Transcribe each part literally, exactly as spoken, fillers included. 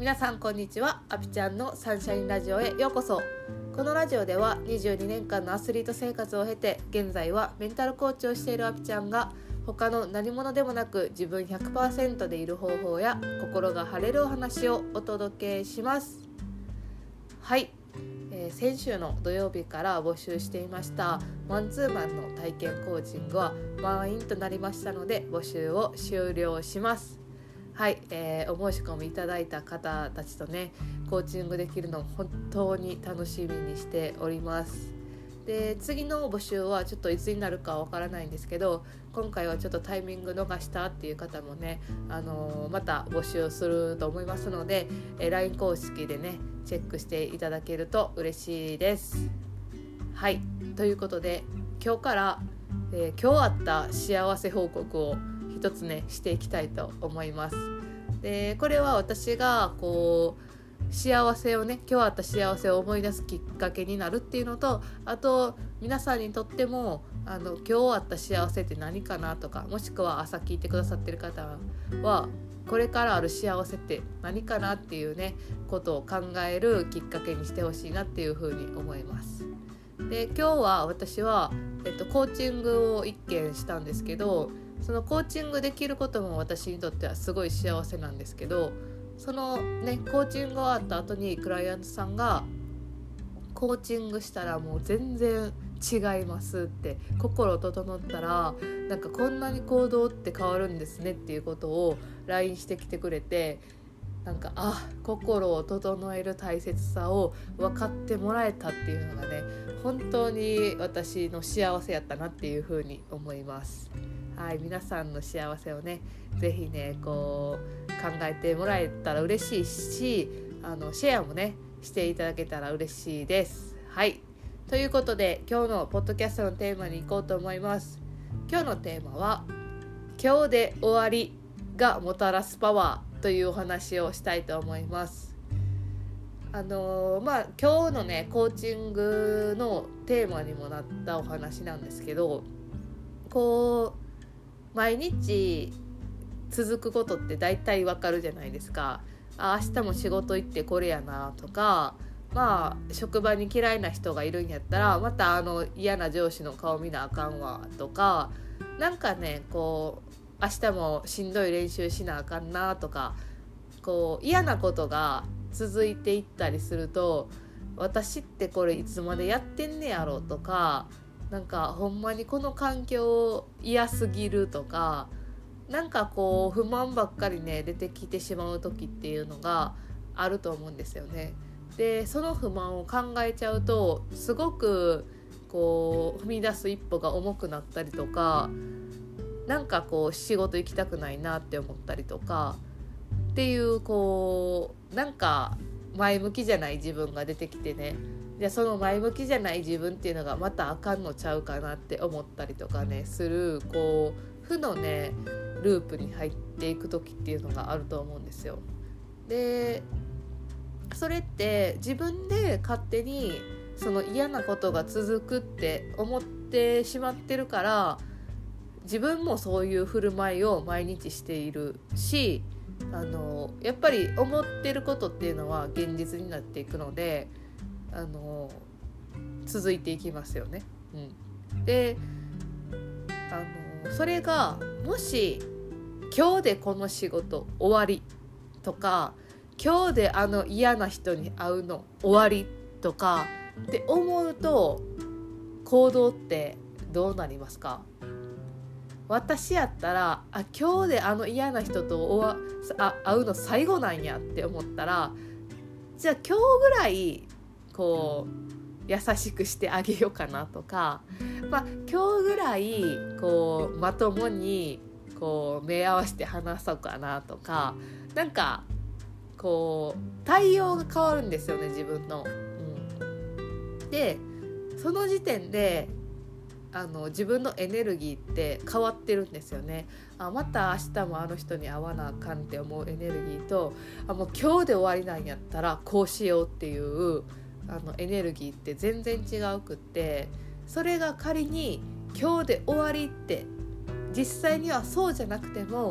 皆さんこんにちは。アピちゃんのサンシャインラジオへようこそ。このラジオではにじゅうにねんかんのアスリート生活を経て、現在はメンタルコーチをしているアピちゃんが、他の何者でもなく自分 ひゃくパーセント でいる方法や心が晴れるお話をお届けします。はい、えー、先週の土曜日から募集していましたマンツーマンの体験コーチングは満員となりましたので、募集を終了します。はい、えー、お申し込みいただいた方たちとね、コーチングできるのを本当に楽しみにしております。で、次の募集はちょっといつになるかわからないんですけど、今回はちょっとタイミング逃したっていう方もね、あのー、また募集すると思いますので、えー、ライン 公式でねチェックしていただけると嬉しいです。はい、ということで今日から、えー、今日あった幸せ報告を一つねしていきたいと思います。で、これは私がこう幸せをね今日あった幸せを思い出すきっかけになるっていうのと、あと皆さんにとってもあの今日あった幸せって何かなとか、もしくは朝聞いてくださってる方はこれからある幸せって何かなっていうねことを考えるきっかけにしてほしいなっていうふうに思います。で、今日は私は、えっと、コーチングを一件したんですけど、そのコーチングできることも私にとってはすごい幸せなんですけど、そのねコーチングがあった後にクライアントさんがコーチングしたらもう全然違いますって、心整ったらなんかこんなに行動って変わるんですねっていうことを ライン してきてくれて、なんかあ心を整える大切さを分かってもらえたっていうのがね本当に私の幸せやったなっていうふうに思います。はい、皆さんの幸せをねぜひねこう考えてもらえたら嬉しいし、あのシェアもねしていただけたら嬉しいです。はい、ということで今日のポッドキャストのテーマに行こうと思います。今日のテーマは今日で終わりがもたらすパワーというお話をしたいと思います。あのー、まあ今日のねコーチングのテーマにもなったお話なんですけど、こう毎日続くことって大体わかるじゃないですか。あ、明日も仕事行ってこれやなとか、まあ職場に嫌いな人がいるんやったらまたあの嫌な上司の顔見なあかんわとか、なんかねこう明日もしんどい練習しなあかんなとか、こう嫌なことが続いていったりすると、私ってこれいつまでやってんねやろとか、なんかほんまにこの環境嫌すぎるとか、なんかこう不満ばっかりね出てきてしまう時っていうのがあると思うんですよね。で、その不満を考えちゃうとすごくこう踏み出す一歩が重くなったりとか、なんかこう仕事行きたくないなって思ったりとかっていう、こうなんか前向きじゃない自分が出てきてね、じゃあその前向きじゃない自分っていうのがまたあかんのちゃうかなって思ったりとかねする、こう負のねループに入っていく時っていうのがあると思うんですよ。で、それって自分で勝手にその嫌なことが続くって思ってしまってるから、自分もそういう振る舞いを毎日しているし、あのやっぱり思ってることっていうのは現実になっていくので、あの続いていきますよね。うん、で、あのそれがもし今日でこの仕事終わりとか、今日であの嫌な人に会うの終わりとかって思うと、行動ってどうなりますか？私やったら、あ、今日であの嫌な人とおわあ会うの最後なんやって思ったら、じゃあ今日ぐらいこう優しくしてあげようかなとか、まあ、今日ぐらいこうまともにこう目合わせて話そうかなとか、なんかこう対応が変わるんですよね、自分の、うん、でその時点であの自分のエネルギーって変わってるんですよね。あ、また明日もあの人に会わなあかんって思うエネルギーと、あ、もう今日で終わりなんやったらこうしようっていうあのエネルギーって全然違うくって、それが仮に今日で終わりって実際にはそうじゃなくても、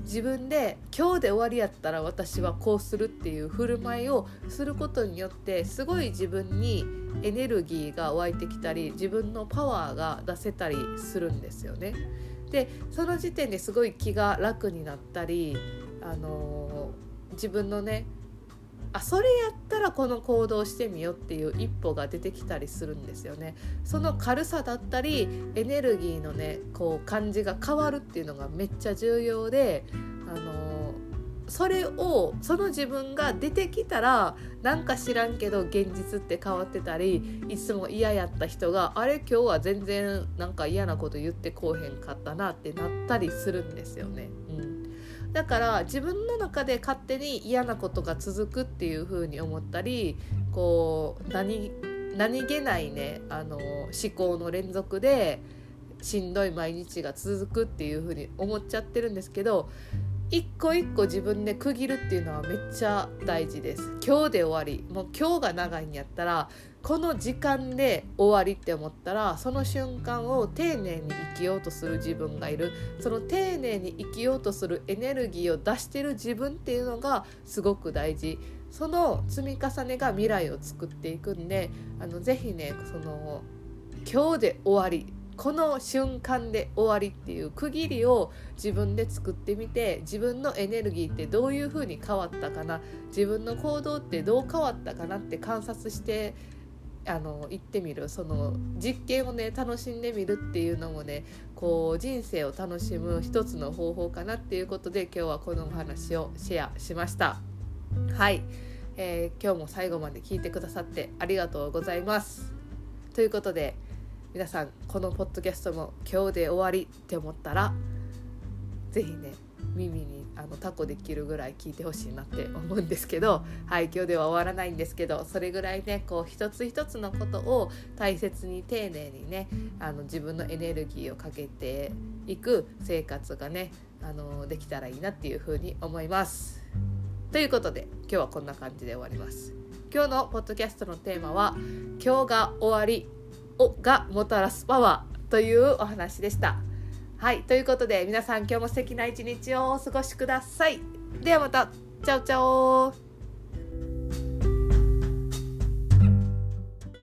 自分で今日で終わりやったら私はこうするっていう振る舞いをすることによってすごい自分にエネルギーが湧いてきたり自分のパワーが出せたりするんですよね。でその時点ですごい気が楽になったり、あのー、自分のねあそれやったらこの行動してみようっていう一歩が出てきたりするんですよね。その軽さだったりエネルギーのねこう感じが変わるっていうのがめっちゃ重要で、あのそれをその自分が出てきたらなんか知らんけど現実って変わってたり、いつも嫌やった人があれ今日は全然なんか嫌なこと言ってこうへんかったなってなったりするんですよね。うんだから自分の中で勝手に嫌なことが続くっていう風に思ったり、こう 何, 何気ないねあの思考の連続でしんどい毎日が続くっていう風に思っちゃってるんですけど、一個一個自分で区切るっていうのはめっちゃ大事です。今日で終わり、もう今日が長いんやったらこの時間で終わりって思ったらその瞬間を丁寧に生きようとする自分がいる。その丁寧に生きようとするエネルギーを出してる自分っていうのがすごく大事。その積み重ねが未来を作っていくんで、あのぜひねその今日で終わり、この瞬間で終わりっていう区切りを自分で作ってみて、自分のエネルギーってどういう風に変わったかな、自分の行動ってどう変わったかなって観察してあの行ってみる、その実験をね楽しんでみるっていうのもねこう人生を楽しむ一つの方法かなっていうことで今日はこのお話をシェアしました。はい、えー、今日も最後まで聞いてくださってありがとうございます。ということで皆さんこのポッドキャストも今日で終わりって思ったらぜひね耳にあのタコできるぐらい聞いてほしいなって思うんですけど、はい今日では終わらないんですけど、それぐらいねこう一つ一つのことを大切に丁寧にねあの自分のエネルギーをかけていく生活がねあのできたらいいなっていうふうに思います。ということで今日はこんな感じで終わります。今日のポッドキャストのテーマは今日が終わりがもたらすパワーというお話でした。はいということで皆さん今日も素敵な一日をお過ごしください。ではまた。チャオチャオ。